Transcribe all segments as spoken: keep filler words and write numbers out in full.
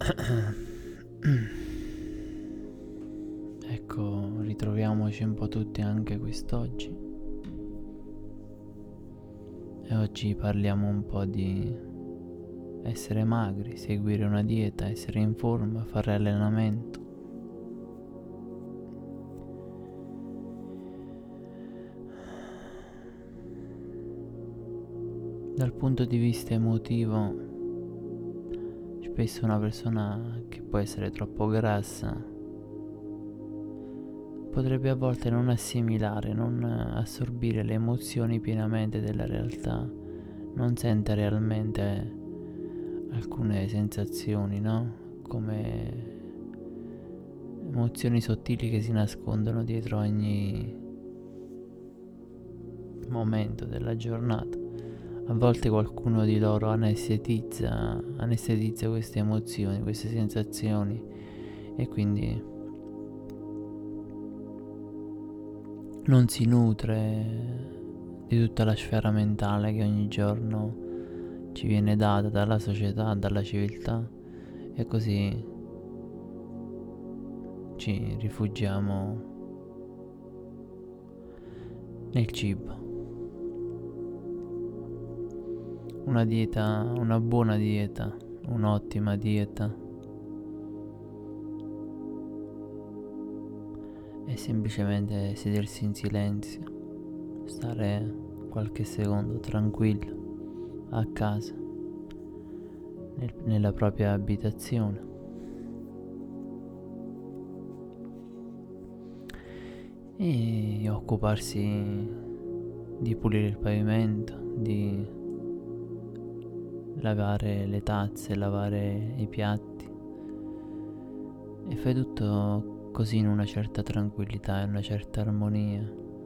Ecco, ritroviamoci un po' tutti anche quest'oggi. E oggi parliamo un po' di essere magri, seguire una dieta, essere in forma, fare allenamento. Dal punto di vista emotivo, spesso una persona che può essere troppo grassa potrebbe a volte non assimilare, non assorbire le emozioni pienamente della realtà, non sente realmente alcune sensazioni, no? Come emozioni sottili che si nascondono dietro ogni momento della giornata. A volte qualcuno di loro anestetizza, anestetizza queste emozioni, queste sensazioni e quindi non si nutre di tutta la sfera mentale che ogni giorno ci viene data dalla società, dalla civiltà e così ci rifugiamo nel cibo. Una dieta, una buona dieta, un'ottima dieta è semplicemente sedersi in silenzio, stare qualche secondo tranquillo a casa, nel, nella propria abitazione. E occuparsi di pulire il pavimento, di lavare le tazze, lavare i piatti e fai tutto così in una certa tranquillità, in una certa armonia,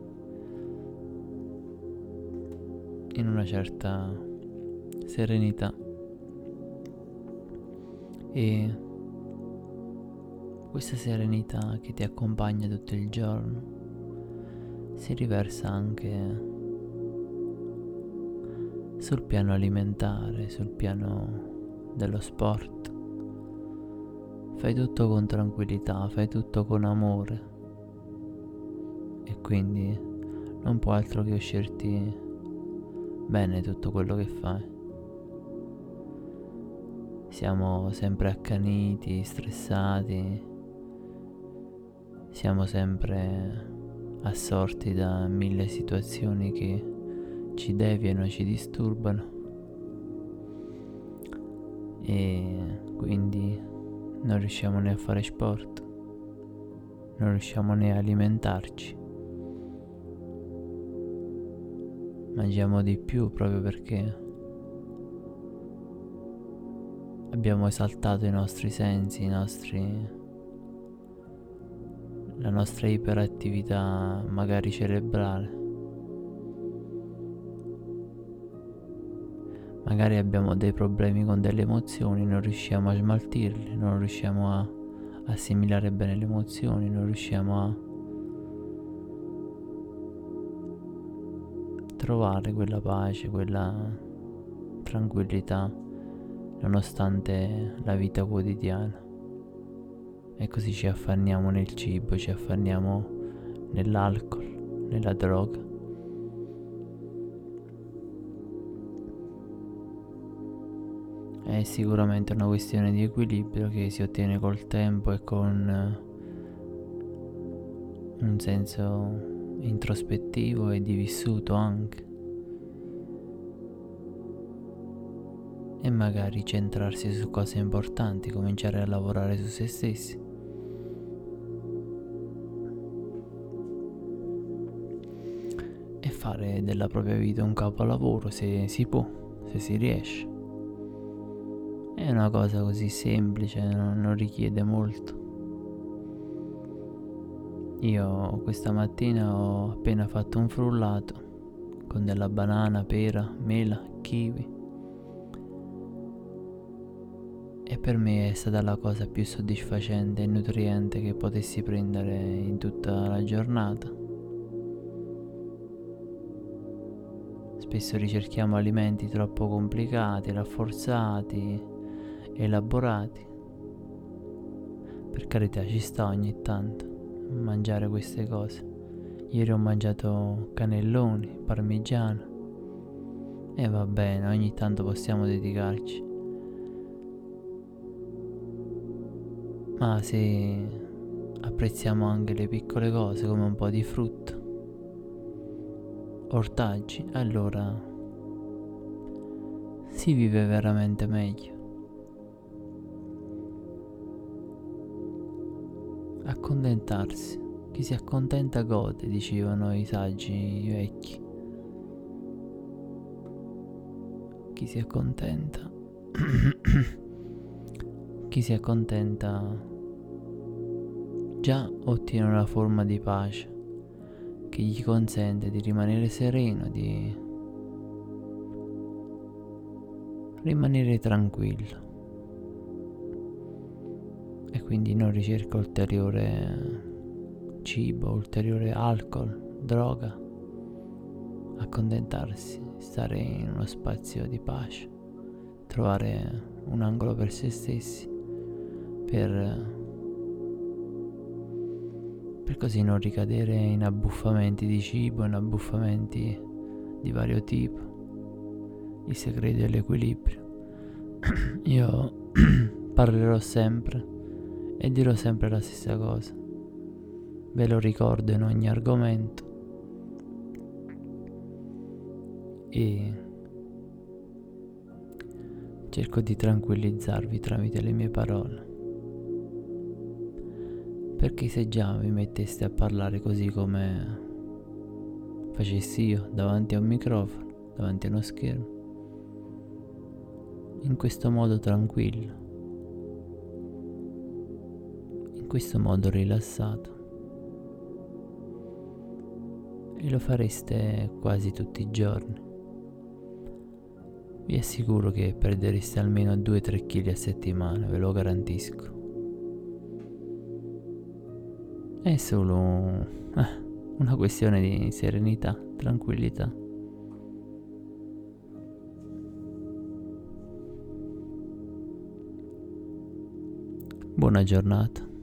in una certa serenità e questa serenità che ti accompagna tutto il giorno si riversa anche sul piano alimentare, sul piano dello sport. Fai tutto con tranquillità, fai tutto con amore e quindi non può altro che uscirti bene tutto quello che fai. Siamo sempre accaniti, stressati, siamo sempre assorti da mille situazioni che ci deviano, ci disturbano e quindi non riusciamo né a fare sport, non riusciamo né a alimentarci. Mangiamo di più proprio perché abbiamo esaltato i nostri sensi, i nostri, la nostra iperattività magari cerebrale. Magari abbiamo dei problemi con delle emozioni, non riusciamo a smaltirle, non riusciamo a assimilare bene le emozioni, non riusciamo a trovare quella pace, quella tranquillità nonostante la vita quotidiana. E così ci affanniamo nel cibo, ci affanniamo nell'alcol, nella droga. È sicuramente una questione di equilibrio che si ottiene col tempo e con un senso introspettivo e di vissuto anche. E magari centrarsi su cose importanti, cominciare a lavorare su se stessi. E fare della propria vita un capolavoro se si può, se si riesce. È una cosa così semplice, non, non richiede molto. Io questa mattina ho appena fatto un frullato con della banana, pera, mela, kiwi. E per me è stata la cosa più soddisfacente e nutriente che potessi prendere in tutta la giornata. Spesso ricerchiamo alimenti troppo complicati, rafforzati, elaborati Per carità, ci sta ogni tanto mangiare queste cose. Ieri ho mangiato cannelloni, parmigiano, e va bene, ogni tanto possiamo dedicarci. Ma se apprezziamo anche le piccole cose come un po' di frutto, ortaggi, allora si vive veramente meglio. Accontentarsi. Chi si accontenta gode, dicevano i saggi vecchi. Chi si accontenta chi si accontenta già ottiene una forma di pace che gli consente di rimanere sereno, di rimanere tranquillo, e quindi non ricerca ulteriore cibo, ulteriore alcol, droga. Accontentarsi, stare in uno spazio di pace, trovare un angolo per se stessi, per, per così non ricadere in abbuffamenti di cibo, in abbuffamenti di vario tipo. Il segreto è l'equilibrio. Io parlerò sempre e dirò sempre la stessa cosa. Ve lo ricordo in ogni argomento e cerco di tranquillizzarvi tramite le mie parole, perché se già vi metteste a parlare così come facessi io, davanti a un microfono, davanti a uno schermo, in questo modo tranquillo, in questo modo rilassato, e lo fareste quasi tutti i giorni, vi assicuro che perdereste almeno due tre chili a settimana, ve lo garantisco. È solo eh, una questione di serenità, tranquillità. Buona giornata.